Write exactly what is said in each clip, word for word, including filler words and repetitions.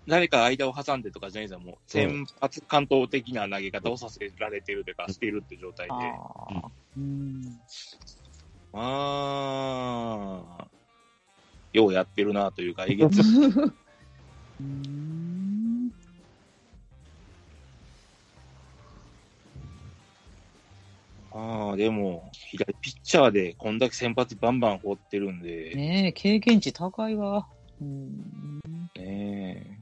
誰か間を挟んでとかじゃないですよ。もう先発関東的な投げ方をさせられてるというか、しているって状態で。 あうん、 まあ、ようやってるなというか、えげつうん、 ああ、でも、左ピッチャーでこんだけ先発バンバン放ってるんで。 ねえ、経験値高いわ。うん、 ねえ。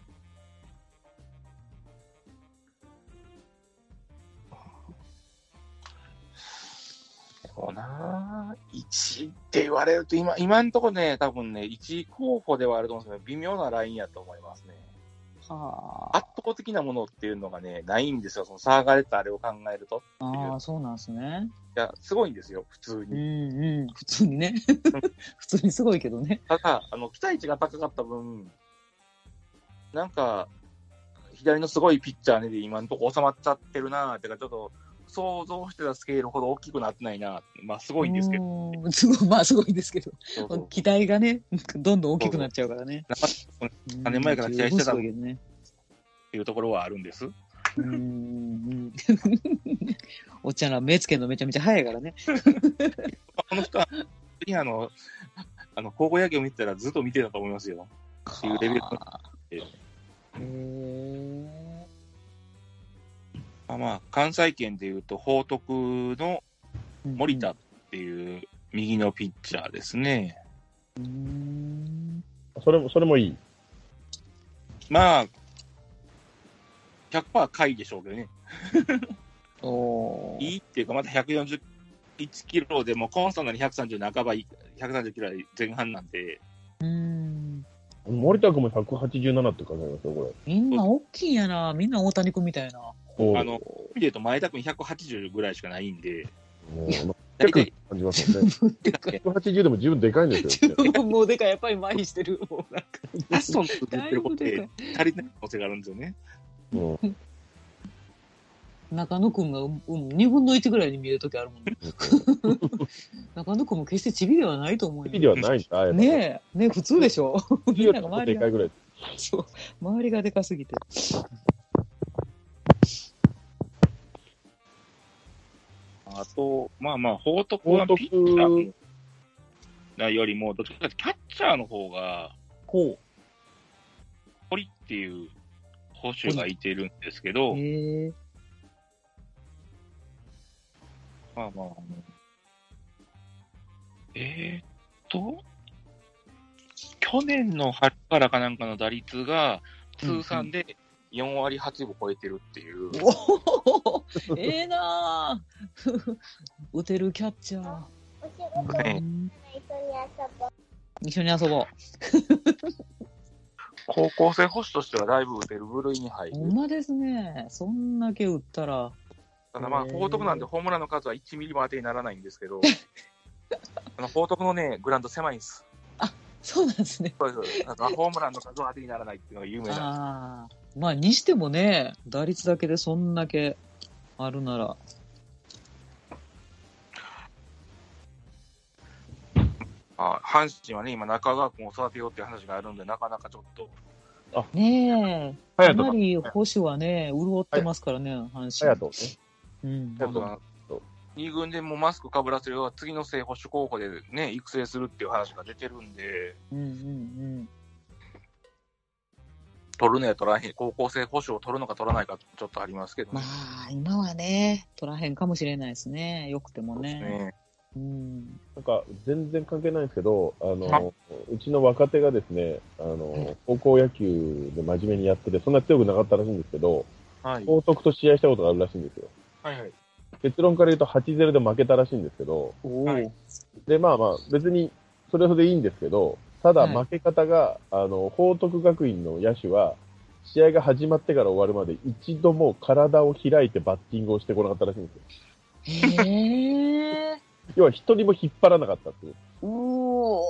そうなぁ。いちいって言われると、今、今んとこね、多分ね、いちい候補ではあると思うんですけど、微妙なラインやと思いますね。 はあ。 圧倒的なものっていうのがね、ないんですよ。その騒がれたあれを考えると。 ああ、そうなんですね。 いや、すごいんですよ、普通うんに。 うん、普通にね。普通にすごいけどね。 ただ、あの、期待値が高かった分、なんか、左のすごいピッチャーねで今のところ収まっちゃってるなーってか、ちょっと、想像してたスケールほど大きくなってないな。まあ、すごいんですけど。 ど。すごい、まあすごいですけど。 そうそう期待がね、どんどん大きくなっちゃうからね。 何年前から期待してたっね、 ていうところはあるんです。 うん。おっちゃんら目つけるのめちゃめちゃ早いからね。 この人は、次あの、あの、高校野球を見てたらずっと見てたと思いますよ。っていうレベルの。へー。 まあまあ、関西圏でいうと、報徳の森田っていう右のピッチャーですね。 うんうん、 それも、それもいい。 まあ、ひゃくパーセント 回でしょうけどね。 おいいっていうか、またひゃくよんじゅういちキロでもコンスタントにひゃくさんじゅう半ば、ひゃくさんじゅうキロ前半なんで。 うん。 森田君もひゃくはちじゅうななって書いてありますよ、これ。 みんな大きいんやな。みんな大谷君みたいな。 あの、見てると前田君ひゃくはちじゅうぐらいしかないんで。 もう、結構感じますよね。ひゃくはちじゅうでも十分でかいんですよ、 ね。もうでかい、やっぱり麻痺してる。もうなんか。 アストンって言ってることで足りない可能性があるんですよね。 うん、 中野くんが、うん、にぶんのいちぐらいに見えるときあるもんね。中野くんも決してチビではないと思うよ。 チビではないんだ、 ねえ、ねえ、普通でしょ。みんなが周りが。 でかいぐらい。 そう、周りがでかすぎて。 あと、まあまあ、報徳はピッチャーよりも、どっちかというとキャッチャーの方が、 こう。 堀っていう捕手がいてるんですけど、 へまあまあ、えー、っと、去年の春からかなんかの打率が通算でよんわりはちぶ超えてるっていう。うんうん、 おーええなぁ。打てるキャッチャー。 ね、 一緒に遊ぼう。 高校生捕手としてはだいぶ打てる部類に入る。 ほんまですね。そんだけ打ったら。 ただまあ、報徳なんでホームランの数はいちミリも当てにならないんですけど、あの報徳のね、グラウンド狭いんです。 あ、そうなんですね。 そうです。あのホームランの数は当てにならないっていうのが有名なんです。 ああ。まあ、にしてもね、打率だけでそんだけあるなら。 あ、阪神はね、今中川君を育てようっていう話があるんで、なかなかちょっと。 あねえ、かなり保守はね、潤ってますからね、阪神。 隼人ね。 うん。 に軍でもマスクかぶらせるよう次の正捕手候補でね、育成するっていう話が出てるんで、 うんうんうん。 取るのや取らへん、高校生捕手を取るのか取らないかちょっとありますけど、 ね、まあ、今はね、取らへんかもしれないですね。よくてもね。 ね、 うん、 なんか、全然関係ないんですけど、あの、うちの若手がですね、あの、高校野球で真面目にやってて、そんな強くなかったらしいんですけど、はい、報徳と試合したことがあるらしいんですよ。 はいはい。 結論から言うとはちたいゼロで負けたらしいんですけど、 はい、 で、まあまあ、別に、それほどいいんですけど、ただ負け方が、はい、あの、報徳学院の野手は、試合が始まってから終わるまで一度も体を開いてバッティングをしてこなかったらしいんですよ。 へー。 要は一人も引っ張らなかったっていう。 おー。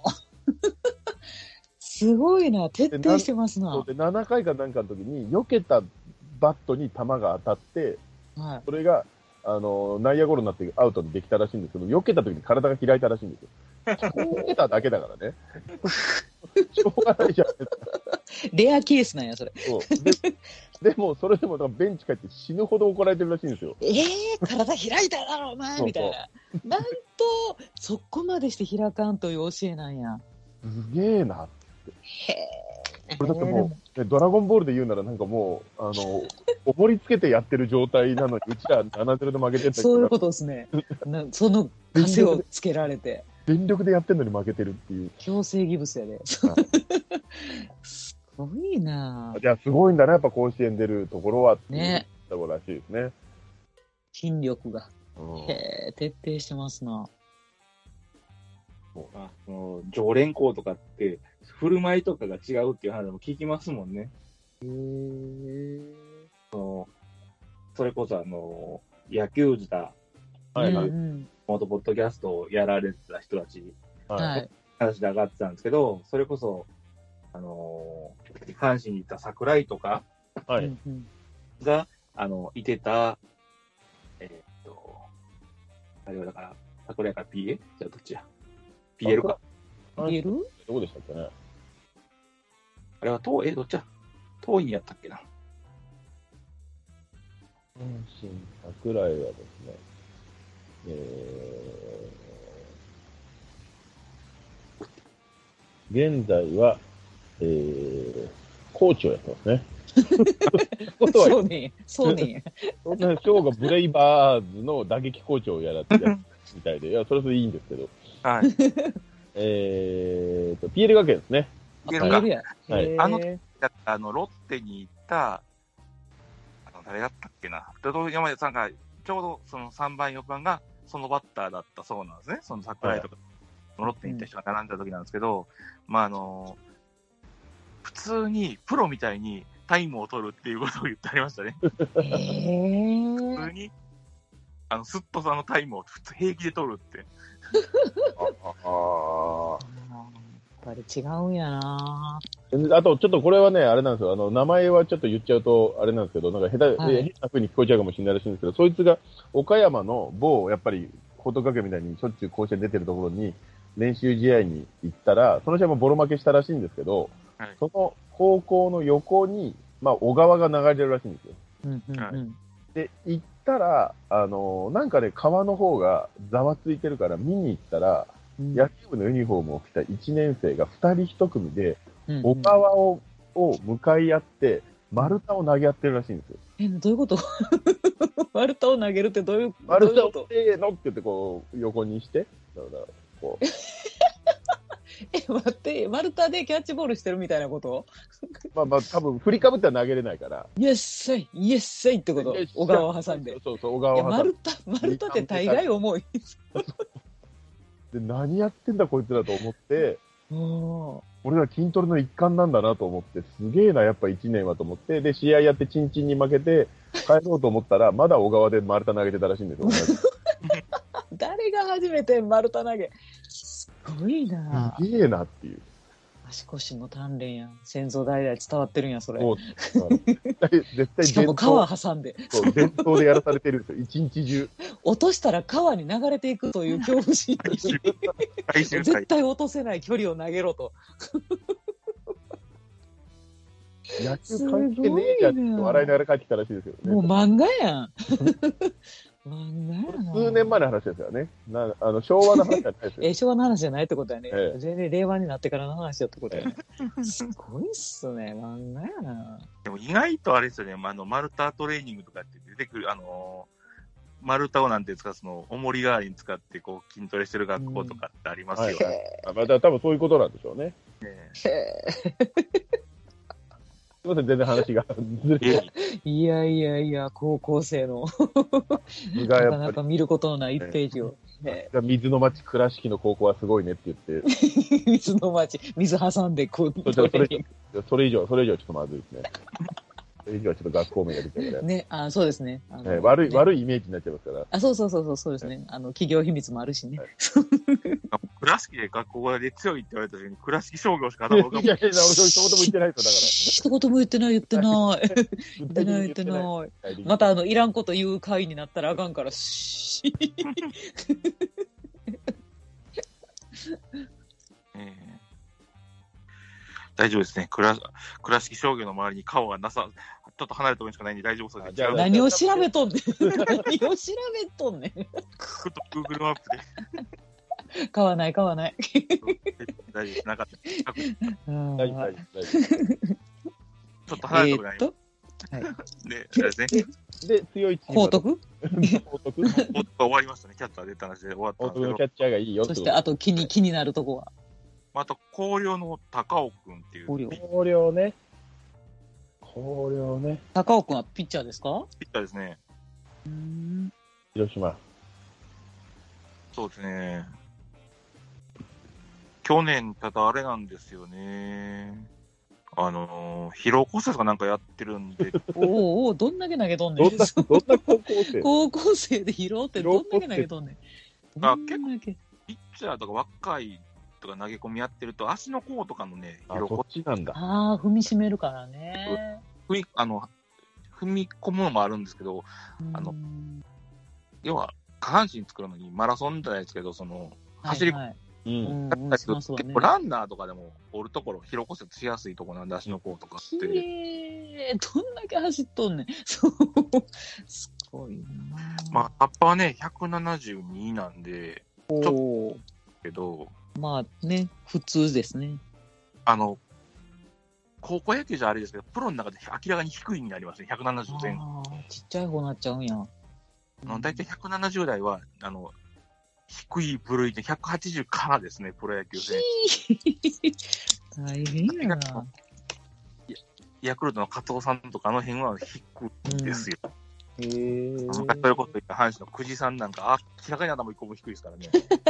すごいな、徹底してますな。 で、ななかいかなんかの時に、避けたバットに球が当たって、はい、それが、あの、内野ゴロになってアウトにできたらしいんですけど、避けた時に体が開いたらしいんですよ。避けただけだからね。しょうがないじゃん。 レアケースなんや、それ。 そうででも、それでもベンチ帰って死ぬほど怒られてるらしいんですよ。 ええー、体開いただろ、お前みたいな。なんと、そこまでして開かんという教えなんや。 すげえな。 へえ。 これだってもう、ね、ドラゴンボールで言うならなんかもう、あの、おぼりつけてやってる状態なのに、うちらななゼロで負けてたそういうことですね。なその枷をつけられて。 全力でやってんのに負けてるっていう。 強制ギブスやで。すごいなぁ。 いや、すごいんだな、やっぱ甲子園出るところは。 ね。 ところらしいですね。 筋力が。 うん、 へえ、徹底してますな。 あの常連校とかって、振る舞いとかが違うっていう話も聞きますもんね。 へえ。 それこそ、あの、野球自体、 はいはい。 うんうん元ポッドキャストをやられてた人たち、 はい。 話で上がってたんですけど、それこそ、あのー、阪神に行った桜井とかはい。 うんうんが、あの、いてた、えーっと、あれはだから、桜井か ピーエー? じゃあどっちや ?ピーエル か。 言える？ どこでしたっけね。 あれは東、え、どっちや東院やったっけな。 阪神桜井はですね、えー、現在は、えー、コーチをやってますね。ことは、 そうね。そうね。 そんな今日がブレイバーズの打撃コーチをやらってたみたいで、いや、それそれいいんですけど、 はい。 えーと、ピーエル 学園ですね。 ピーエルかあ言えるやん。 はいへーあのあの、ロッテに行った、あの、誰だったっけな。山根さんが、ちょうどそのさんばん、よんばんがそのバッターだったそうなんですね。その桜井とか、ロッテに行った人が並んだ時なんですけど、まあ、あの、普通にプロみたいにタイムを取るっていうことを言ってありましたね。 へ普ー通に、あの、すっとそのタイムを普通平気で取るって。 ああやっぱり違うんやなあと、ちょっとこれはね、あれなんですよ。あの、名前はちょっと言っちゃうと、あれなんですけど、なんか下手、 はい変な風に聞こえちゃうかもしれないらしいんですけど、そいつが岡山の某、やっぱり、報徳学園みたいにしょっちゅう甲子園出てるところに、練習試合に行ったら、その試合もボロ負けしたらしいんですけど、 はいその高校の横に、まあ、小川が流れてるらしいんですよ。 うんうんうん。 で、行ったら、あのなんかね、川の方がざわついてるから見に行ったら、 うん野球部のユニフォームを着たいちねん生がふたりひと組で、 うんうん小川をを向かい合って、丸太を投げ合ってるらしいんですよ。 え、どういうこと丸太を投げるってどういう丸太をどういうことせーのって言ってこう、横にして、だからこうえ、待って、丸太でキャッチボールしてるみたいなことまあまあ多分振りかぶっては投げれないから。 イエッセイイエッセイってこと小川を挟んで。 そうそう、小いや、 川を挟ん丸太、丸太って大概重い。 で。で、何やってんだこいつらと思って、 も俺ら筋トレの一環なんだなと思って、すげえな、やっぱいちねんはと思って、で、試合やってチンチンに負けて、帰ろうと思ったら、まだ小川で丸太投げてたらしいんですよ。 う誰が初めて丸太投げ。すごいなすげえなっていう。 足腰の鍛錬やん。先祖代々伝わってるんや、それ。 もう絶対、絶対しかも川挟んで。 そう伝統でやらされてるんですよ、一日中。 落としたら川に流れていくという恐怖心回収回収絶対落とせない距離を投げろと。 野球関係ねえじゃんって笑いながら帰ってきたらしいですよね。 もう漫画やん。漫画やな。 数年前の話ですよね。なあの昭和の話じゃないですよ。 え、昭和の話じゃないってことやね。 ええ全然令和になってからの話だってことやね。すごいっすね。漫画やな。 でも意外とあれですよね、あの、丸太トレーニングとかって出てくる、あのー、丸太をなんていうんですか、その、重り代わりに使ってこう筋トレしてる学校とかってありますよね。 うんはいあまた多分そういうことなんでしょうね。 ねすみません、全然話がずれえて。 いやいやいや、高校生の図がなかなやっぱか見ることのないいちページを。ねり、水の町倉敷の高校はすごいねって言って、 水の町、水挟んでこう、 それそれそれ以上、それ以上ちょっとまずいですね。それ以上はちょっと学校名が出ちゃうから、 ね、あ、そうですね。あのえー悪い、 ね悪いイメージになっちゃいますから。 あ、そうそうそうそう、そうですね。あの、企業秘密もあるしね。 はい倉敷で学校で強いって言われた時に、倉敷商業しかいやい頭がやいや、俺一言も言ってないです一言も言ってない、言ってない。 よ、だから。 言ってない、言ってない。また、あの、いらんこと言う回になったらあかんから、しええ大丈夫ですね。倉倉敷商業の周りに川がなさ、ちょっと離れたところにしかないんで大丈夫そうです。 じゃあ何を調べとんねん。何を調べとんねん。 ちょっと Google マップで。 買わない、買わない。 大丈夫です。なかった。ちうん大丈夫、大丈夫、大丈ょっと離れたところにありえーっと、はい。 ます。で、あれですね。 夫。で、強いチームは。 報徳報徳もっと終わりましたね。キャッチャー出た話で終わったんですけど報徳のキ。ャッチャーがいいよってこと。 そして、あと気に、気になるとこは。 あと、広陵の高尾くんっていう広陵ピッ広陵ね。広陵ね。 高尾くんはピッチャーですか？ チャーですね。 うーん。 広島。 そうですね。去年、ただあれなんですよね。あのー、疲労骨折かなんかやってるんで、 おーおー、どんだけ投げとんねん。 どんな、どんな高校生高校生で疲労ってどんだけ投げとんねん。 あどんだけ。 ピッチャーとか若いとか投げ込みやってると、足の甲とかのね、疲労、 あそっちなんだ。 ああ、踏みしめるからね。 踏み、あの、踏み込むのもあるんですけど、あのうん要は、下半身作るのにマラソンじゃないですけど、その、走りはいはい、 う。 うんんだったりすると、 うんそうね結構ランナーとかでも折るところ、疲労骨折しやすいところなんで、足の甲とかきって。 れい。どんだけ走っとんねん。そう。すごいな。 まあ、タッパーね、ひゃくななじゅうになんで、 おちょっお。 けど、 まあね、普通ですね。 あの、高校野球じゃあれですけど、プロの中で明らかに低いになりますね、ひゃくななじゅう前後。 ああ、ちっちゃい方になっちゃうんや。 あの大体ひゃくななじゅう代は、あの、低い部類でひゃくはちじゅうからですね、プロ野球選手。 大変やな。 ヤクルトの加藤さんとかあの辺は低いですよ。 へえ。 昔そういうこと言った阪神の久慈さんなんか、明らかに頭一個も低いですからね。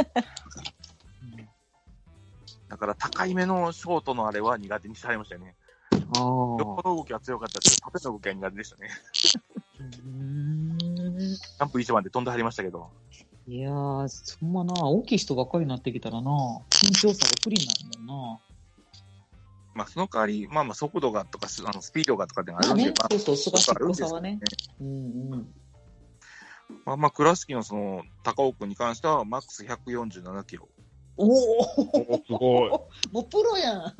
だから高いめのショートのあれは苦手にしてはりましたよね。 あよっぽど動きは強かったですけど、縦の動きは苦手でしたね。 うんジャンプ一番で飛んではりましたけど。 いやー、そんまな、大きい人ばっかりになってきたらな、緊張さで不利になるもんな。 まあ、その代わり、まあまあ、速度がとか、あのスピードがとかってのがあまあるんで、 ね、 まあそうそう、すばしっこあるんですけどさはね。うんうん。 まあまあ、倉敷のその、高尾君に関しては、マックスひゃくよんじゅうななキロ。 おおおすごい。 もうプロやん。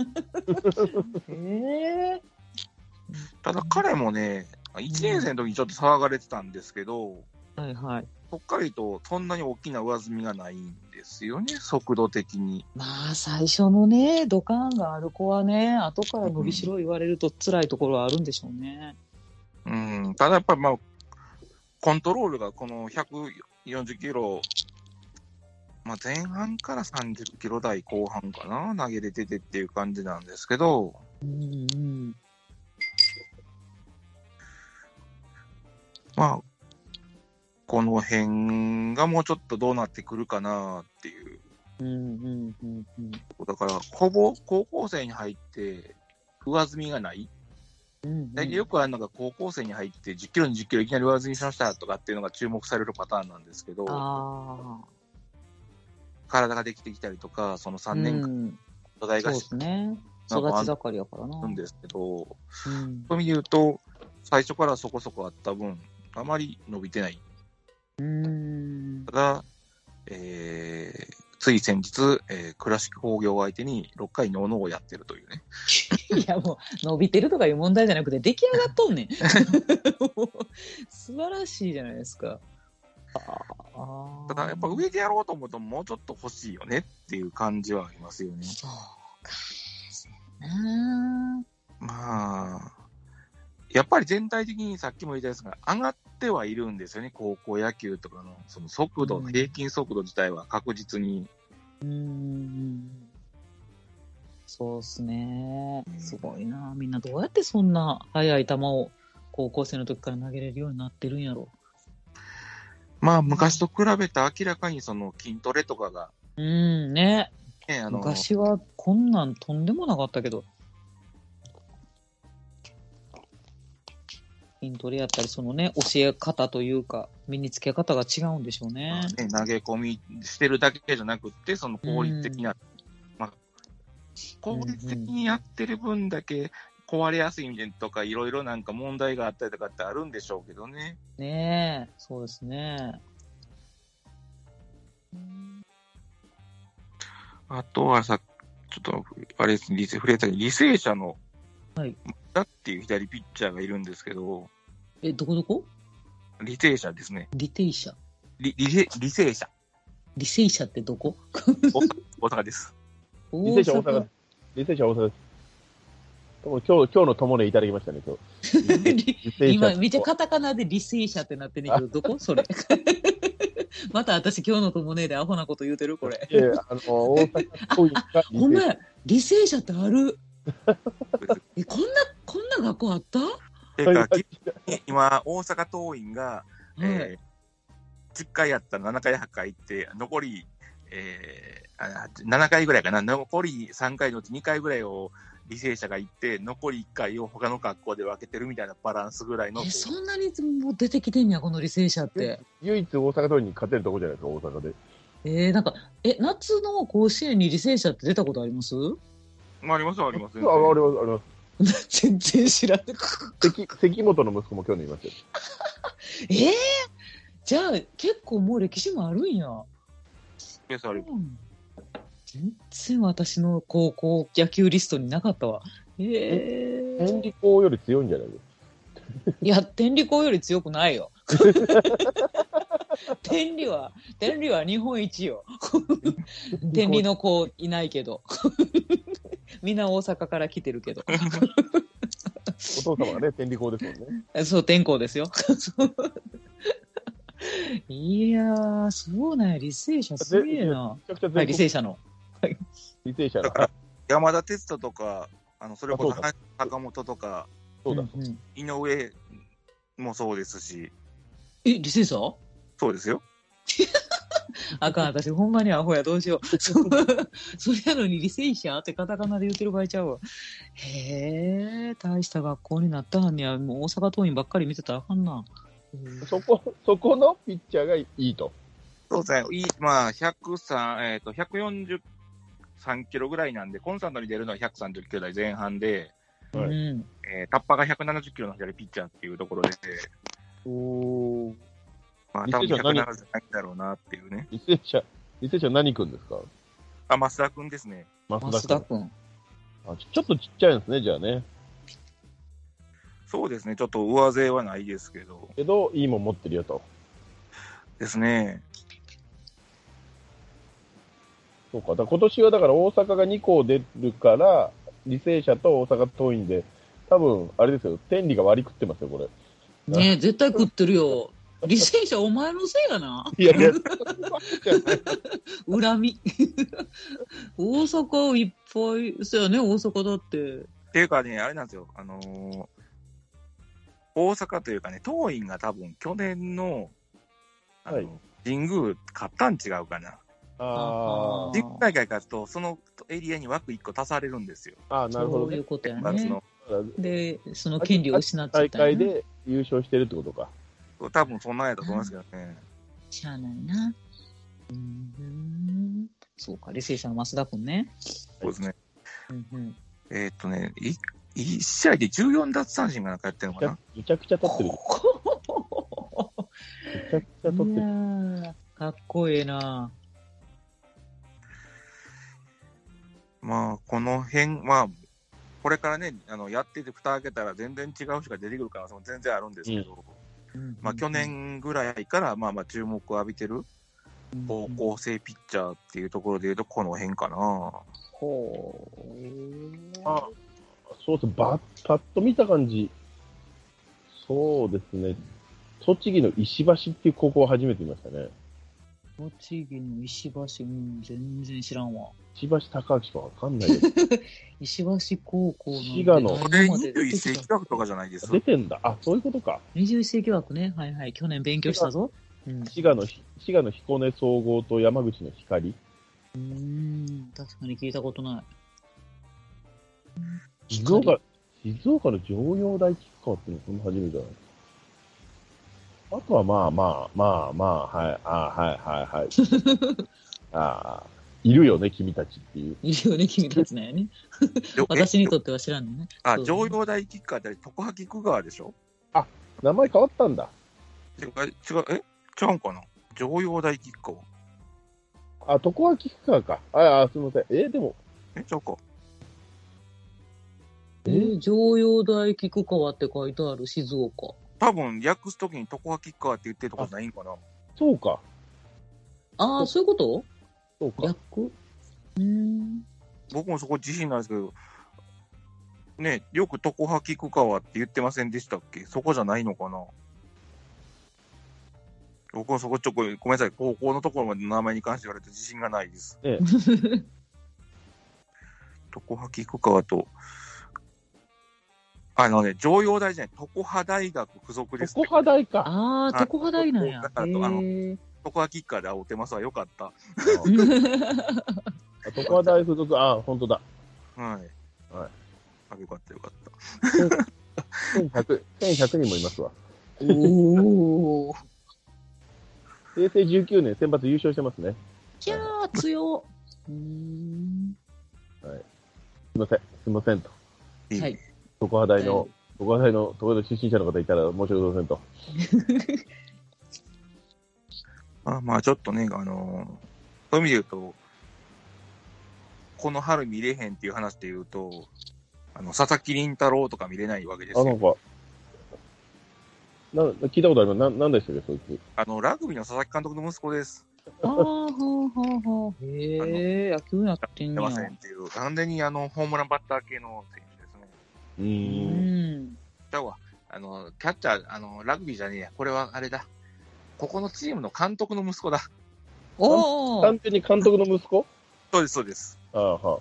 ええただ彼もね、いちねん生の時にちょっと騒がれてたんですけど、 はいはい。 そっかりとそんなに大きな上積みがないんですよね、速度的に。 まあ、最初のね、ドカンがある子はね、後から伸びしろ言われると辛いところはあるんでしょうね。 うん、ただやっぱりまあ、コントロールがこのひゃくよんじゅっキロ、まあ、前半からさんじゅっキロ台後半かな、投げれててっていう感じなんですけど、 うんうん。 まあ、この辺がもうちょっとどうなってくるかなっていう。 うんうんうんうん。 だから、ほぼ高校生に入って、上積みがない。大体よくあるのが高校生に入ってじゅっキロにじゅっキロいきなり上積みしましたとかっていうのが注目されるパターンなんですけど、 ああ。 体ができてきたりとか、そのさんねんかんうん、 土台がしそうですね。育ち盛りやからな。 るんですけど、 うん、 そういう意味で言うと、最初からそこそこあった分、あまり伸びてない。 うーん。 ただ、えー、つい先日、えー、倉敷工業を相手にろっかいノーノーをやってるというね。 いやもう、伸びてるとかいう問題じゃなくて、出来上がっとんねん。素晴らしいじゃないですか。あただ、やっぱ上でやろうと思うと、もうちょっと欲しいよねっていう感じはありますよね。 そうか。そうやな。 まあ、やっぱり全体的にさっきも言ったやつが上がってはいるんですよね。高校野球とかのその速度、 うん平均速度自体は確実に。 うーん。そうっすね。すごいな。みんなどうやってそんな速い球を高校生の時から投げれるようになってるんやろ。 まあ、昔と比べて明らかにその筋トレとかが、 うんね。 ね、あの、 昔はこんなんとんでもなかったけど。筋トレやったり、そのね、教え方というか、身につけ方が違うんでしょうね。 ね、投げ込みしてるだけじゃなくって、その効率的な、まあ、効率的にやってる分だけ壊れやすいみたいなとか、いろいろなんか問題があったりとかってあるんでしょうけどね。 ねえ、そうですね。 あとはさ、 ちょっと、あれですね、リセ触れたけど、履正社の、 はい。 だっていう左ピッチャーがいるんですけど、 え、どこどこ履正社ですね。 履正社。 履履履正社。 履正社ってどこ大阪です。 履正社大阪。履正社大阪です。今日、今日の友ねいただきましたね、今日。 今、めっちゃカタカナで履正社ってなってんねんけど、どこそれ。また私今日の友ねでアホなこと言うてるこれ。 いや、あの、大阪桐蔭がほんまや、履正社ってある。え、こんな、こんな学校あった？ てか、今、大阪桐蔭が、 はい、 えー、じゅっかいやったらななかいはちかい行って、残り、えー、ななかいぐらいかな、残りさんかいのうちにかいぐらいを履正社が行って、残りいっかいを他の学校で分けてるみたいなバランスぐらいの。 え、そんなにもう出てきてんや、この履正社って。 唯一大阪桐蔭に勝てるとこじゃないですか、大阪で。 えー、なんか、え、夏の甲子園に履正社って出たことあります？ あります、あります。 あ、あります、あります。 全然知らない。 関、関本の息子も去年いましたよ。 えー、じゃあ、結構もう歴史もあるんや。 うん、 全然私の高校野球リストになかったわ。えー、天理高より強いんじゃないですか。 いや、天理高より強くないよ。天理は、天理は日本一よ。天理の子いないけど。みんな大阪から来てるけど。 お父様はね、天理高ですもんね。 そう、天候ですよ。いやー、そうなんや、履正社すげえな。はい、履正社の。 履正社の。 山田哲人とか、あの、それこそ坂本とか、 そうだ、 うんうん、 井上もそうですし。 え、履正社？ そうですよ。 あかん、私ほんまにアホや、どうしよう。そそれやのに履正社ってカタカナで言ってる場合ちゃうわ。へえ、大した学校になったはんには、もう大阪桐蔭ばっかり見てたらあかんな。 そこ、そこのピッチャーがいいと。 そうですね。いい、まあ、ひゃくさん、えっと、ひゃくよんじゅうさんキロぐらいなんで、コンスタントに出るのはひゃくさんじゅっキロ台前半で、 はい、 えー、タッパがひゃくななじゅっキロの左ピッチャーっていうところで、 おー。 まあ、多分ひゃくななじゅうないんだろうなっていうね。 履正社、履正社何君ですか？ あ、増田君ですね。 増田君。 あ、ちょっとちっちゃいんですね、じゃあね。 そうですね。ちょっと上背はないですけど。 けど、いいもん持ってるよと。 ですね。 そうか。だ今年はだから大阪がに校出るから、履正社と大阪桐蔭で、多分、あれですよ、天理が割り食ってますよ、これ。 ねえ、絶対食ってるよ。履正社お前のせいやな。 いやいや、 恨み。大阪いっぱい、そうやね、大阪だって。 っていうかね、あれなんですよ。あのー、大阪というかね、桐蔭が多分去年の、あの、はい、神宮勝ったん違うかな。 ああ。 神宮大会勝つと、そのエリアに枠いっこ足されるんですよ。 ああ、なるほど、ね。 そういうことやね。で、その権利を失っちゃったんや大会で優勝してるってことか。 多分そんなんやったと思いますけどね。 しゃあないな。うん。そうか、履正社の増田君ね。 そうですね。 うんうん、 えー、っとね、いいち試合でじゅうよん奪三振がなんかやってるのかな。 めちゃくちゃ取ってる。めちゃくちゃ取ってる。 かっこいいな。 まあ、この辺、まあ、これからね、あのやってて蓋開けたら全然違う人が出てくる可能性も全然あるんですけど、うん、まあ、去年ぐらいからまあまあ注目を浴びてる高校生ピッチャーっていうところでいうと、この辺かな。 ほう。あ、そうですね、バッパッと見た感じ、そうですね、栃木の石橋っていう高校を初めて見ましたね。 栃木の石橋、うん、全然知らんわ。 石橋貴明かわかんないです。 石橋高校の。 滋賀の。 これにじゅういっ世紀枠とかじゃないですか。 出てんだ。あ、そういうことか。 にじゅういっ世紀枠ね。はいはい。去年勉強したぞ。 うん、滋賀の、滋賀の彦根総合と山口の光。 うーん、確かに聞いたことない。 静岡、静岡の常陽大吉川っていうのこの初めてだな。あとはまあまあまあまあ、はい、あはいはいはい。ああ、いるよね、君たちっていう。 いるよね、君たちなんやね。私にとっては知らんのね。 あ、常陽大吉川って徳波菊川でしょ？ あ、名前変わったんだ。 違う、違う、え違うんかな？常陽大吉川。 あ、徳波菊川か。ああ、すみません。えー、でも、 え、ちゃうか。 えー、常陽大菊川って書いてある静岡。 多分、訳すときに常葉吉川って言ってるとこないんかな。 そうか。 ああ、そういうことそうか。 逆うーん。 僕もそこ自信なんですけど、ね、よく常葉菊川って言ってませんでしたっけ？そこじゃないのかな。僕はそこちょっとごめんなさい、高校のところまでの名前に関して言われて自信がないです。 ええ、 常葉菊川と、あのね、常陽大じゃない、常葉大学附属です、 常葉大か。 ああ、常葉大なんや。 だからとあのへ常葉吉川で会うてますわ、よかった。 ーあ常葉大附属、あ、本当だ。 はい。 はい。 あ、よかったよかった。 せんひゃく、せんひゃくにんもいますわ。 おー。 平成じゅうきゅうねん選抜優勝してますね。 じゃあ、強。うーん。 すいません、すいませんと。 いいはい。 常葉大の、常葉大の、常葉大出身者の方いたら申し訳ございませんと。 まあまあ、ちょっとね、あのーそういう意味で言うと、この春見れへんっていう話で言うと、あの、佐々木麟太郎とか見れないわけですあ、なんよ。 か、な、聞いたことあります。な、なんでしたっけ、そいつ。 あの、ラグビーの佐々木監督の息子です。 ああ、はあ、はあ、はあ。へえ、野球やってんねや。 出ませんっていう、完全にあの、ホームランバッター系の選手ですね。 ううーん。 ん。 だわ、あの、キャッチャー、あの、ラグビーじゃねえや。これはあれだ。ここのチームの監督の息子だ。 おお。 単純に監督の息子。 そうです、そうです。 ああ、はあ。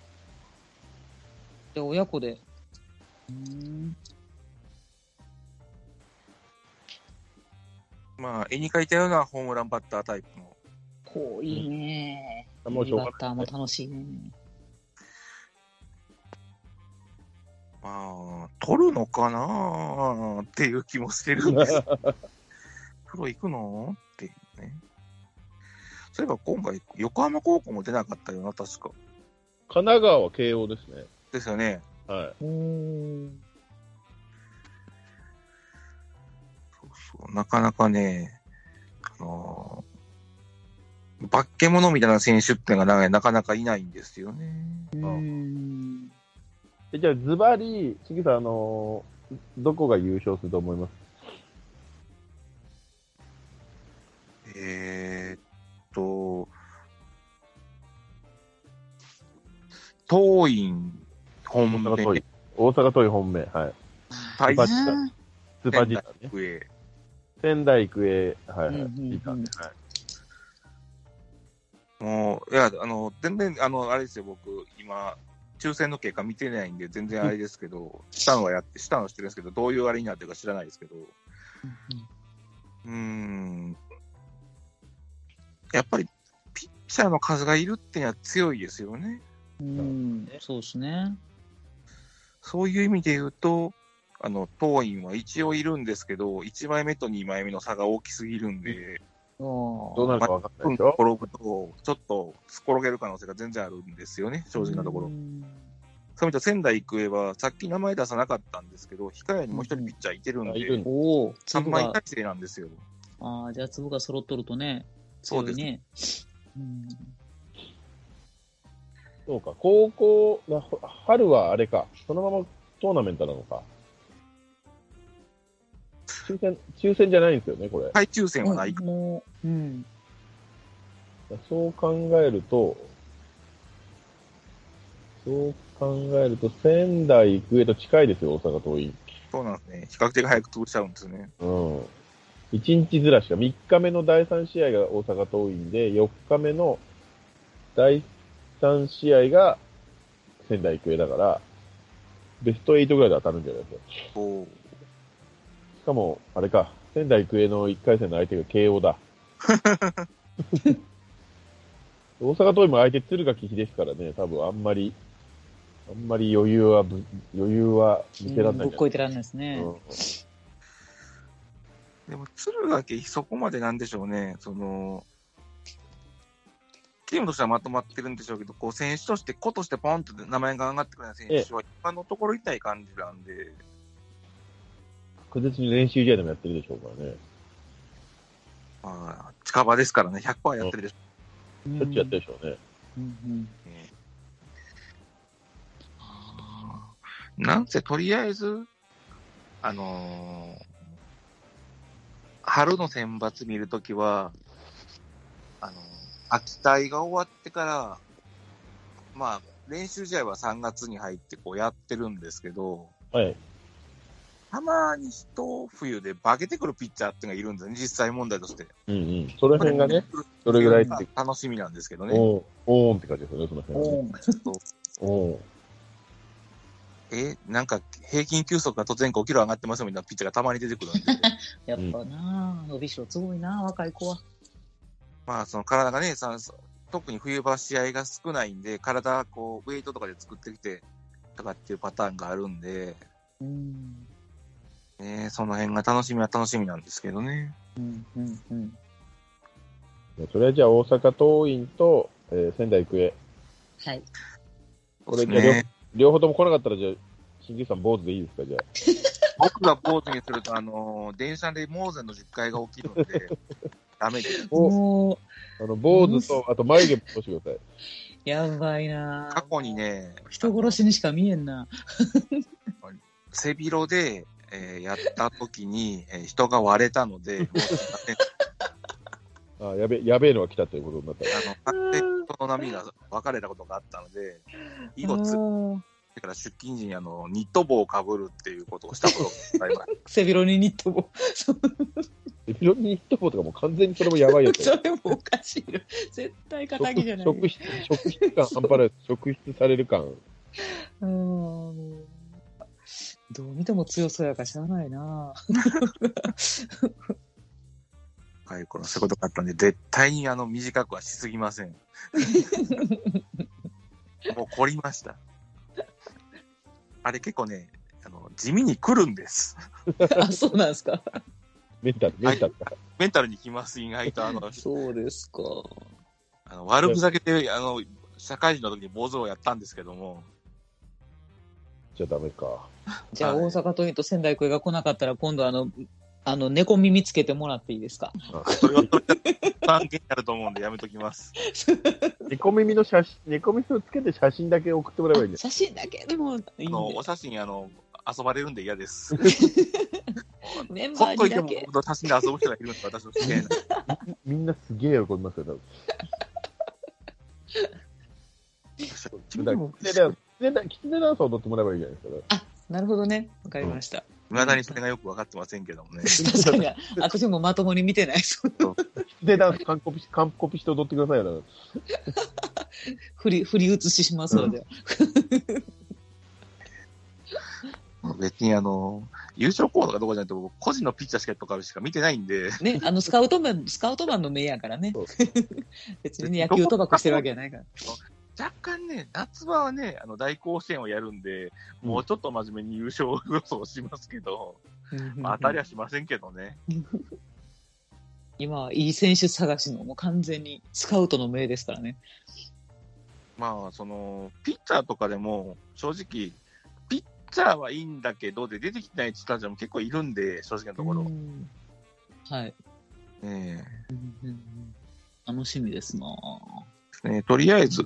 で、親子で。うん。 まあ、絵に描いたようなホームランバッタータイプの。 こう、いいね。 あもうしょうがないバッターも楽しいね。 まあ、取るのかなっていう気もしてるんです。プロ行くのっていうね。そういえば今回、横浜高校も出なかったよな、確か。 神奈川は慶応ですね。 ですよね。 はおー。 そうそう、なかなかね、あのー、化け物みたいな選手っていうのがなかなかいないんですよね。 うん。 い。じゃあ、ズバリ、杉さん、あのーどこが優勝すると思います？ えー、っと、桐蔭本大阪桐蔭命、 大阪桐蔭本命。はい。 対スパジタン。スパジタンね。 上。 仙台育英、はいはい。 うんうんうんいたんで、はい。 もう、いや、あの、全然、あの、あれですよ、僕、今、抽選の結果見てないんで、全然あれですけど、したのはやって、したのは知ってるんですけど、どういうあれになってるか知らないですけど、うーん、やっぱり、ピッチャーの数がいるっていうのは強いですよね。 うん。そうですね。 そういう意味で言うと、あの、桐蔭は一応いるんですけど、いちまいめとにまいめの差が大きすぎるんで、 どどうなるか分かんないうんでしょ。 転ぶと、ちょっと転げる可能性が全然あるんですよね、正直なところ。そういう意味では仙台育英は、さっき名前出さなかったんですけど、控えにもう一人ピッチャーいてるんであいるん、 おお、 さん粒がまい体、制なんですよ。 ああ、じゃあ粒が揃っとるとね、 そうです強いね。うん。 そうか、高校、な春はあれか、そのままトーナメントなのか。抽選、抽選じゃないんですよね、これ。 再抽選はない。 もう、うん。 そう考えると、そう考えると、仙台育英と近いですよ、大阪桐蔭。 そうなんですね。比較的早く通っちゃうんですね。 うん。いちにちずらしか、みっかめのだいさん試合が大阪桐蔭で、よっかめのだいさん試合が仙台育英だから、ベストはちぐらいで当たるんじゃないですか。 こしかも、あれか、仙台育英のいっかい戦の相手が慶応だ。大阪桐蔭も相手敦賀気比ですからね、多分あんまり、あんまり余裕はぶ、余裕は見せられないんじゃないぶっこいてらんないですね。 うんうでも、敦賀気比そこまでなんでしょうね。その、チームとしてはまとまってるんでしょうけど、こう選手として、子としてポンって名前が上がってくるような選手は、今のところ痛い感じなんで、 確実に練習試合でもやってるでしょうからね。 まあ、近場ですからね、ひゃくパーセントやってるでしょしょっちゅうやってるでしょうね。 うんうん。 うね。 なんせとりあえず、あのー、春の選抜見るときは、あのー、秋隊が終わってから、まあ、練習試合はさんがつに入ってこうやってるんですけど、 はい。 たまに一冬で化けてくるピッチャーっていうのがいるんですよね、実際問題として。 うんうん。その辺がね、それぐらいって。 楽しみなんですけどね。 おー、おーんって感じですよね、その辺は、ね。 おーん、ちょっと。 おー。 え、なんか平均球速が突然ごキロ上がってますよみたいなピッチャーがたまに出てくるんで。 やっぱなぁ、伸びしろすごいなぁ、若い子は。 まあ、その体がね、特に冬場試合が少ないんで、体、こう、ウェイトとかで作ってきて、とかっていうパターンがあるんで、 うん。 ね、その辺が楽しみは楽しみなんですけどね。 うんうんうん。 それはじゃあ大阪桐蔭と、えー仙台育英。 はい。 これじゃあ両、ね、両方とも来なかったら、じゃあ、新規さん坊主でいいですか、じゃあ。 僕が坊主にすると、あのー、電車でモーゼのじゅっかいが起きるんで、ダメです。 もう、あの、坊主と、あと眉毛も落としてください。 やばいなぁ。 過去にね、 人殺しにしか見えんな。 背広で、えー、やった時に、えー、人が割れたので、 ああ、やべ、やべえのが来たということになった。 あの、勝手に人の波が分かれたことがあったので、以後つ、だから出勤時にあの、ニット帽をかぶるっていうことをしたことがあります。 背広にニット帽。 背広にニット帽とかもう完全にそれもやばいやつ。 それもおかしいよ。絶対仇じゃない。 職質、職質感半端ないです。職質される感。 うん。どう見ても強そうやからしゃあないな若い頃そういうことがあったんで、絶対にあの短くはしすぎません。もう凝りました。あれ結構ね、あの地味に来るんです。 あ、そうなんですか。 メンタル、メンタルか、はい。 メンタルに来ます、意外と。あのそうですか。 あの悪ふざけて、あの、社会人の時に坊主をやったんですけども。 じゃあダメか。 じゃあ大阪桐蔭と仙台育英が来なかったら今度あの、あの、猫耳つけてもらっていいですか？ それは関係になると思うんでやめときます。 猫耳の写真、猫耳をつけて写真だけ送ってもらえばいいんです。 写真だけでもいいんで。 あの、お写真、あの、遊ばれるんで嫌です。 メンバーにだけ。 ほっといても僕と写真で遊ぶ人がいるんです、私の知見。 みんなすげえ喜びますよ、多分。きつねダンスを踊ってもらえばいいじゃないですか。 あ、なるほどね。わかりました。 いまだにそれがよく分かってませんけどもね。 確かに、私もまともに見てない。きつねダンス完コピし、完コピして踊ってくださいよ。 振り、振り写ししますので。 別にあの、優勝候補とかどこじゃなくて、僕個人のピッチャーしかとかしか見てないんで。 ね、あの、スカウトマン、スカウトマンの目やからね。別に野球賭博してるわけじゃないから。 若干ね、夏場はね、あの大甲子園をやるんで、うん、もうちょっと真面目に優勝予想しますけど、まあ、当たりはしませんけどね。 今はいい選手探しのもう完全にスカウトの目ですからね。 まあ、その、ピッチャーとかでも、正直、ピッチャーはいいんだけど、で出てきてないスタジアム結構いるんで、正直なところ。 はい。 ええー、楽しみですなぁ。ね、とりあえず、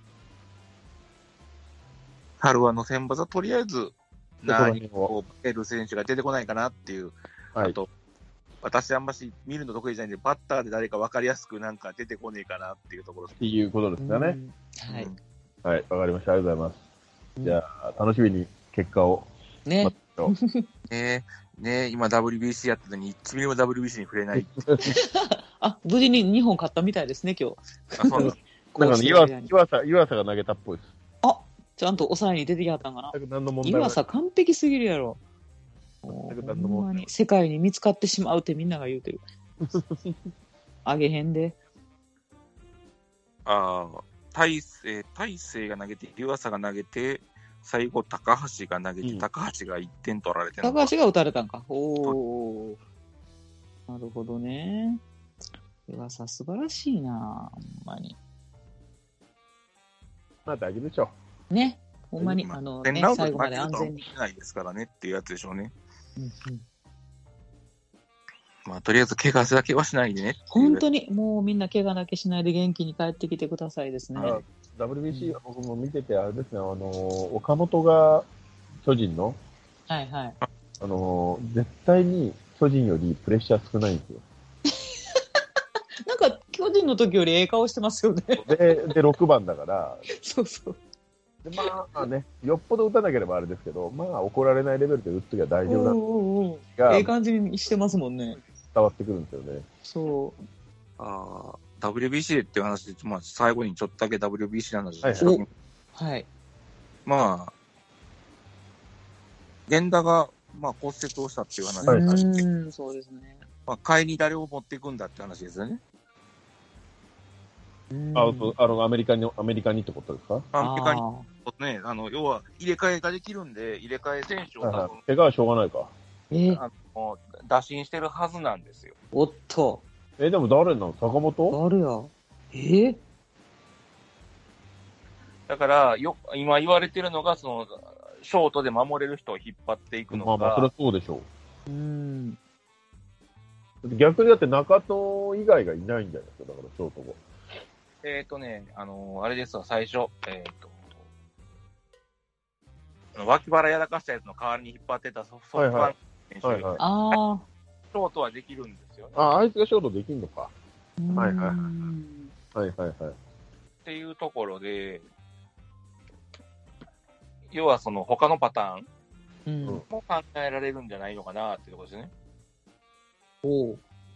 春はの選抜はとりあえず何を得る選手が出てこないかなっていう、はい、あと、私あんまし見るの得意じゃないんで、バッターで誰か分かりやすくなんか出てこねえかなっていうところっていうことですかね。 はい。 はい、わかりました。ありがとうございます。じゃあ、楽しみに結果を。 ね。 ねね今 ダブリュービーシー やったのにいちミリも ダブリュービーシー に触れない。 あ、無事ににほん勝ったみたいですね、今日。 あ、そうなんです。 なんかね、岩佐、岩佐が投げたっぽいです。 あ、ちゃんと抑えに出てきはったんかな。岩佐完璧すぎるやろ。ほんまに世界に見つかってしまうってみんなが言うてる。あげへんで。 ああ、大勢、大勢が投げて、湯浅が投げて、最後、高橋が投げて、うん、高橋がいってん取られてる。 高橋が打たれたんか。おお。なるほどね。湯浅素晴らしいな、ほんまに。 まあ大丈夫でしょう。ね。ほんまに、あの、ね、最後まで安全に。 ないですからねっていうやつでしょうね。 うんうん、 まあ、とりあえず怪我だけはしないでね。 本当に、もうみんな怪我だけしないで元気に帰ってきてくださいですね。 ダブリュービーシー は僕も見てて、あれですね、あの、岡本が巨人の、 はいはい。 あのー、絶対に巨人よりプレッシャー少ないんですよ。 なんか、巨人の時よりええ顔してますよね。 で、で、ろくばんだから、 そうそう。 でまあね、よっぽど打たなければあれですけど、まあ怒られないレベルで打つときは大丈夫なおうおうおうがええ感じにしてますもんね。 伝わってくるんですよね。 そああ、ダブリュービーシー っていう話で、まあ、最後にちょっとだけ ダブリュービーシー の話はいですけど、 う。はい。 まあ、源田が、まあ、骨折をしたっていう話はいで、 うーん、そうですね。 まあ、買いに誰を持っていくんだって話ですよね。 うんあそうあの、アメリカに、アメリカにってことですか？ アメリカにあね、あの、要は入れ替えができるんで、入れ替え選手をはいは多分、 い。怪我はしょうがないか。 ーえ、 あの打診してるはずなんですよ。 おっと、 え、でも誰なの？坂本？ 誰やえだから、よ、今言われてるのが、その、ショートで守れる人を引っ張っていくのまあまあ、それはか、 そうでしょうーん。 う。逆にだって中野以外がいないんじゃないですか、だからショートも。 えっ、ー、とね、あの、あれですわ、最初、えっ、と、あの脇腹やらかしたやつの代わりに引っ張ってたソフトバンクの選手、 はいはい。 ああ。 ショートはできるんですよね。 あ、あいつがショートできんのか。はいはいはいうんはいはいはい。 っていうところで、要はその他のパターンうん。 も考えられるんじゃないのかなっていうところですね。 おう。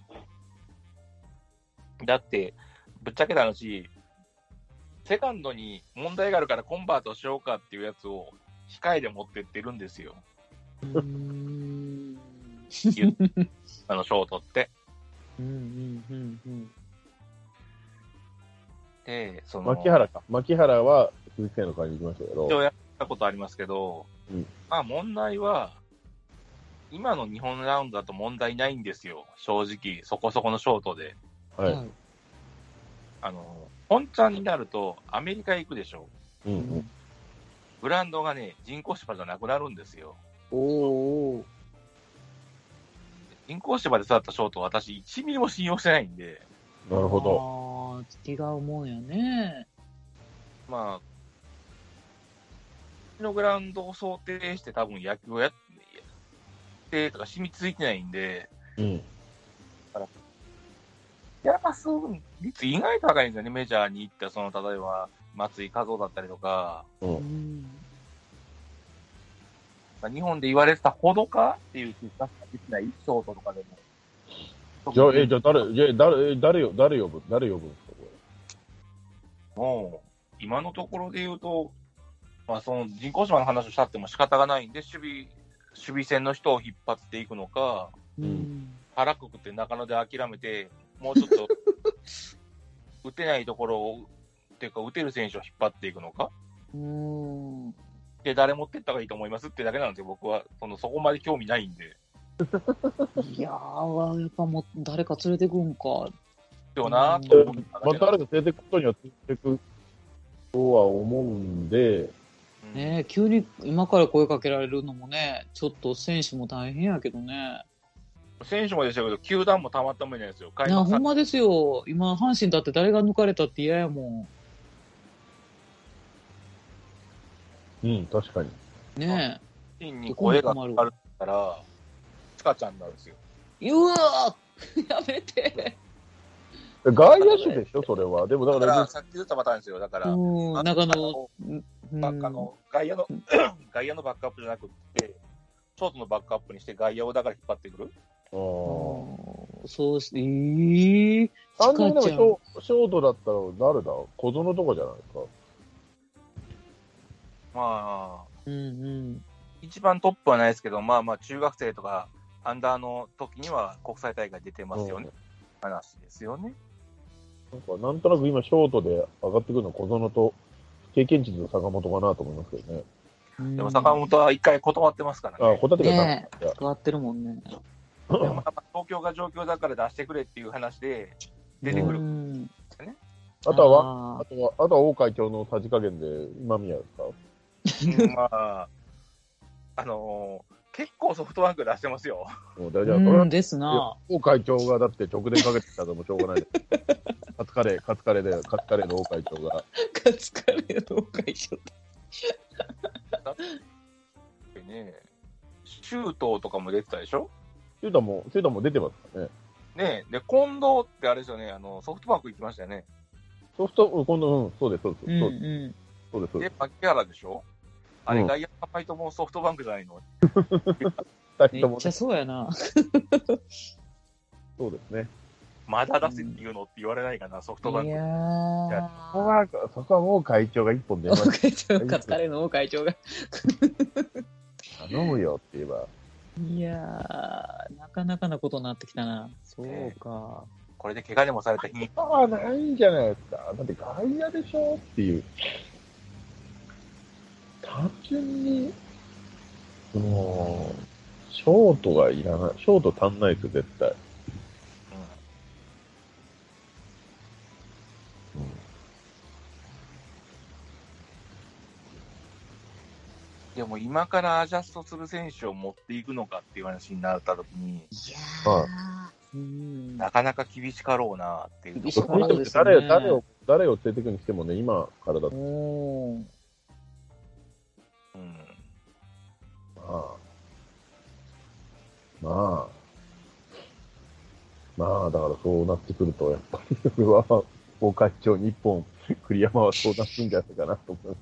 だって、ぶっちゃけた話、セカンドに問題があるからコンバートしようかっていうやつを控えで持ってってるんですよ。 うーん。 あのショートって。 うんうんうんうん。 で、その、 牧原か。牧原は鈴木誠也の会に行きましたけど。 一応やったことありますけど、 うんまあ問題は、今の日本ラウンドだと問題ないんですよ。正直、そこそこのショートで。 はい。 はい。 あの、本ちゃんになるとアメリカ行くでしょ。 うんうん。 グラウンドがね、人工芝じゃなくなるんですよ。 おお。 人工芝で育ったショートを私いちミリも信用してないんで、 なるほど。 ああ、違うもんやね。 まあ、このグラウンドを想定して多分野球をやってとか染みついてないんで、 うん。 やらかす率意外と高いんですよね、メジャーに行った、その、例えば、松井稼頭だったりとか、 う。 うんん。 日本で言われてたほどかっていう気ができない、ショートとかでも。 じゃあ、え、じゃあ誰、じゃあ誰、え誰よ、誰呼ぶ、誰呼ぶんですか、こもう、今のところで言うと、まあ、その人工芝の話をしたっても仕方がないんで、守備、守備線の人を引っ張っていくのか、 うん。 腹くくって中野で諦めて、もうちょっと、打てないところを、っていうか、打てる選手を引っ張っていくのか、 うん。 で、誰持ってった方がいいと思いますってだけなんですよ、僕は。そのそこまで興味ないんで。 いやー、やっぱもう誰か連れてくんか。 でもなーれ。 と思ったまあ、誰か連れてくことには連れてくとは思うんで、 うんねえ、急に今から声かけられるのもね、ちょっと選手も大変やけどね。 選手もでしたけど、球団もたまったもんじゃないですよ。開いや、 幕さほんまですよ。今、阪神だって誰が抜かれたって嫌やもうん、確かに。 ん。ねシーンに声がかかるから、チカちゃんなんですよ。 え。うわーやめて。 外野手でしょ、それは。でもだか、 だからら、さっき言ったパターンですよ。だから、 うん、 あ中野、 のバックあの外野の、外野のバックアップじゃなくて、ショートのバックアップにして外野をだから引っ張ってくる。 あうんーそうし、えー、 あんなにでもシちかちゃんョショートだったら誰だ小園とかじゃないですか。 まあ、 うんうん。 一番トップはないですけど、まあまあ、中学生とか、アンダーの時には国際大会出てますよね。話ですよね。 なんか、なんとなく今、ショートで上がってくるのは小園と、経験値の坂本かなと思いますけどね。 うんでも坂本は一回断ってますからね。 あ、答えてください。 ねえ、変わってるもんね。 でもまあ東京が状況だから出してくれっていう話で出てくる。 うんあとは、わああとは、あとは王会長のさじ加減で、今宮ですか？ うんまあ、あのー結構ソフトバンク出してますよ。 もう大ー丈夫。それはうんですな。 王会長がだって直電かけてきたらもうしょうがないです。カツカレー、カツカレーで、カツカレーの王会長が。 カツカレーの会長ね、シュートとかも出てたでしょ。 シュータも、シュータも出てますからね。 ねで、近藤ってあれですよね、あの、ソフトバンク行きましたよね。 ソフト、うん今度、うん、そうです、そうです。 うんそうです、 うそうです。そうでで、 す牧原でしょ。あれ、 うん外野のファイトもソフトバンクじゃないの。 二ん。 人ともねめっちゃそうやな。 そうですね。 まだ出せっていうのって言われないかな、ソフトバンク。 いやいやー。 そこは、そこはもう会長が一本出ま大す。 会長、カツカレーの大会長が。 頼むよって言えば。 いやー、なかなかなことになってきたな。そうか。 これで怪我でもされた日に、 今はないんじゃないですか。だって外野でしょっていう。単純に、もう、ショートがいらない。ショート足んないですよ、絶対。うん。 でも今からアジャストする選手を持っていくのかっていう話になったときに、 いやはー。うん。 なかなか厳しかろうなっていうと厳しころがかろうですね誰、誰を、誰を連れてくにしてもね、今からだと。 おー。 うんまあ、まあ、まあ、だからそうなってくると、やっぱり、それは、大会長日本、栗山はそうなってんじゃないかなと思います。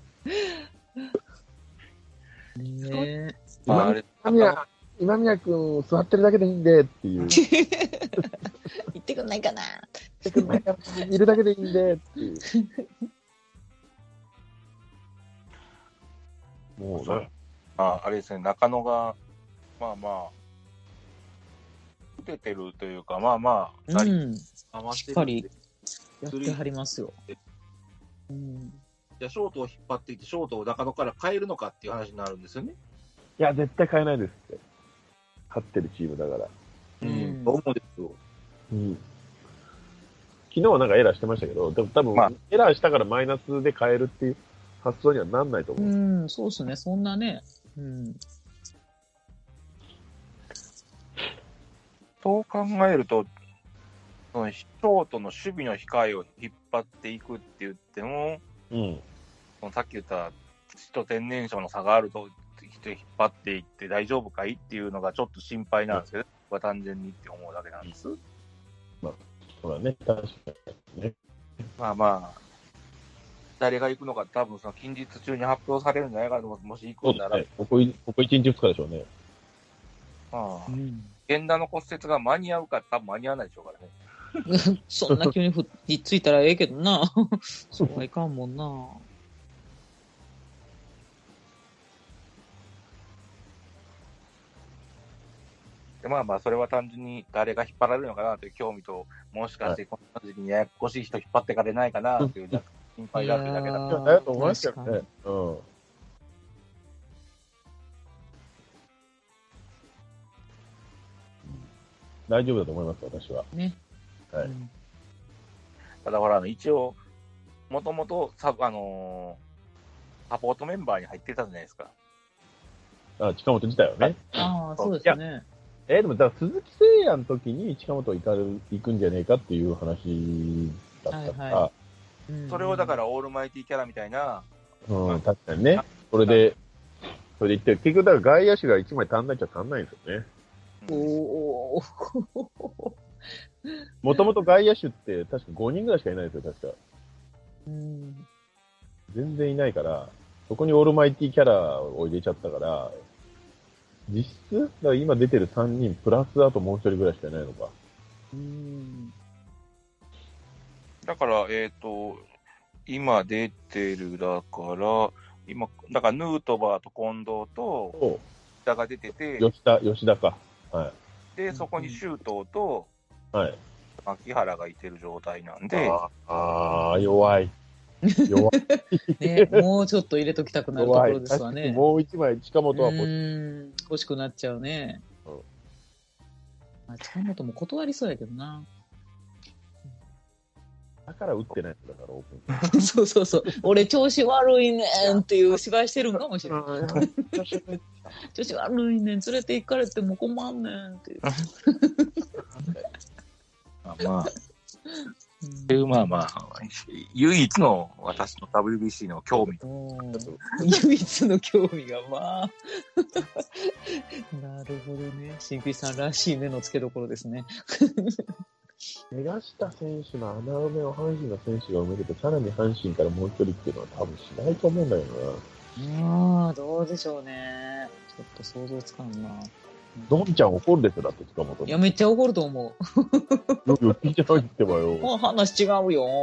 ねえ。 まあ、あれ、 今宮、今宮君、座ってるだけでいいんでっていう。 言ってくんないかな。 いるだけでいいんでっていう。もうそうまあ、あれですね、中野が、まあまあ、打ててるというか、まあまあ、 う二人ん。 合わせてしっかりるんで、 やってはりますよ。うん。 じゃあショートを引っ張っていって、ショートを中野から変えるのかっていう話になるんですよね。 いや、絶対変えないですって。勝ってるチームだから。 うんどうもですよ。 うん。昨日はなんかエラーしてましたけど、でも多分、 まあエラーしたからマイナスで変えるっていう発想にはなんないと思う。 うん、そうですね。そんなね。うん。 そう考えると、そのショートの守備の控えを引っ張っていくって言っても、 うん。 そのさっき言った土と天然症の差があると人引っ張っていって大丈夫かいっていうのがちょっと心配なんですけど、僕は単純にって思うだけなんです。 そうだね、確かにね。 まあまあ、誰が行くのか多分その近日中に発表されるんじゃないかなと思って、もし行くんなら、 そうですね。ここい、ここいちにちふつかでしょうね。 まあ、 うん、 源田の骨折が間に合うか多分間に合わないでしょうからね。 そんな急にふっついたらええけどな。そうはいかんもんな。 でまあまあ、それは単純に誰が引っ張られるのかなという興味と、もしかしてこの時期にややこしい人引っ張ってかれないかなという若干心配があるだけだいやーいや、だと思いますけどね。うん。大丈夫だと思います、私は。 ね。 はいうんただほら、あの一応、もともとサあのーサポートメンバーに入ってたじゃないですか。 あ、近本自体はね。 ああ、そうですね。 えーでも、だから鈴木誠也の時に近本行かれる、行くんじゃねえかっていう話だったから、 はいはうんそれをだからオールマイティキャラみたいな、 うん、確かにね。それで、それで言って、結局だから外野手がいちまい足んないっちゃ足んないんですよね。 おお。 もともと外野手って確かごにんぐらいしかいないんですよ、確か。 うん。 全然いないから、そこにオールマイティキャラを入れちゃったから、実質だから今出てるさんにん、プラスあともうひとりぐらいしかいないのか。 うん。 だから、えっ、と、今出てるだから、今、だからヌートバーと近藤と、 と、 田が出てて、 吉田、吉田か。はで、そこに周東とい。はい。 牧原がいてる状態なんで、 あーあー、弱い。弱い。 ね、もうちょっと入れときたくなるとこ弱い。 ろですわ確かにね。 もう一枚、近本はうもう、 ん。欲しくなっちゃうね。 うんまあ、近本も断りそうやけどな。 だから打ってないんだから、オープン。 そうそうそう。俺調子悪いねんっていう芝居してるんかもしれない。調子悪いねん、連れて行かれても困んねんっていう。 まあまあ、 っていう、まあまあ、唯一の私の ダブリュービーシー の興味。 唯一の興味が、まあ。なるほどね。新平さんらしい目の付けどころですね。 怪我した選手の穴埋めを阪神の選手が埋めると、さらに阪神からもう一人っていうのは多分しないと思うんだよな。ああ、どうでしょうね。ちょっと想像つかんな。 ドンちゃん怒るでしょ、だって塚本。 いや、めっちゃ怒ると思う。よく聞いてないってばよ。 もう話違うよ。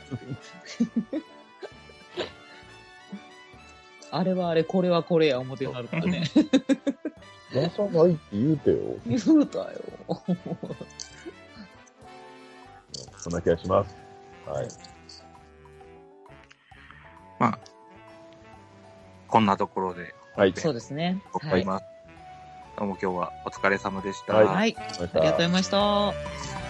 あれはあれ、これはこれや、思ってなるからね。 出さないって言うてよ。 言うたよ。 そんな気がします。はい。 まあ、こんなところで。 はい。 そうですね。 はい。どうも今日はお疲れ様でした。 はい。はい、ありがとうございました。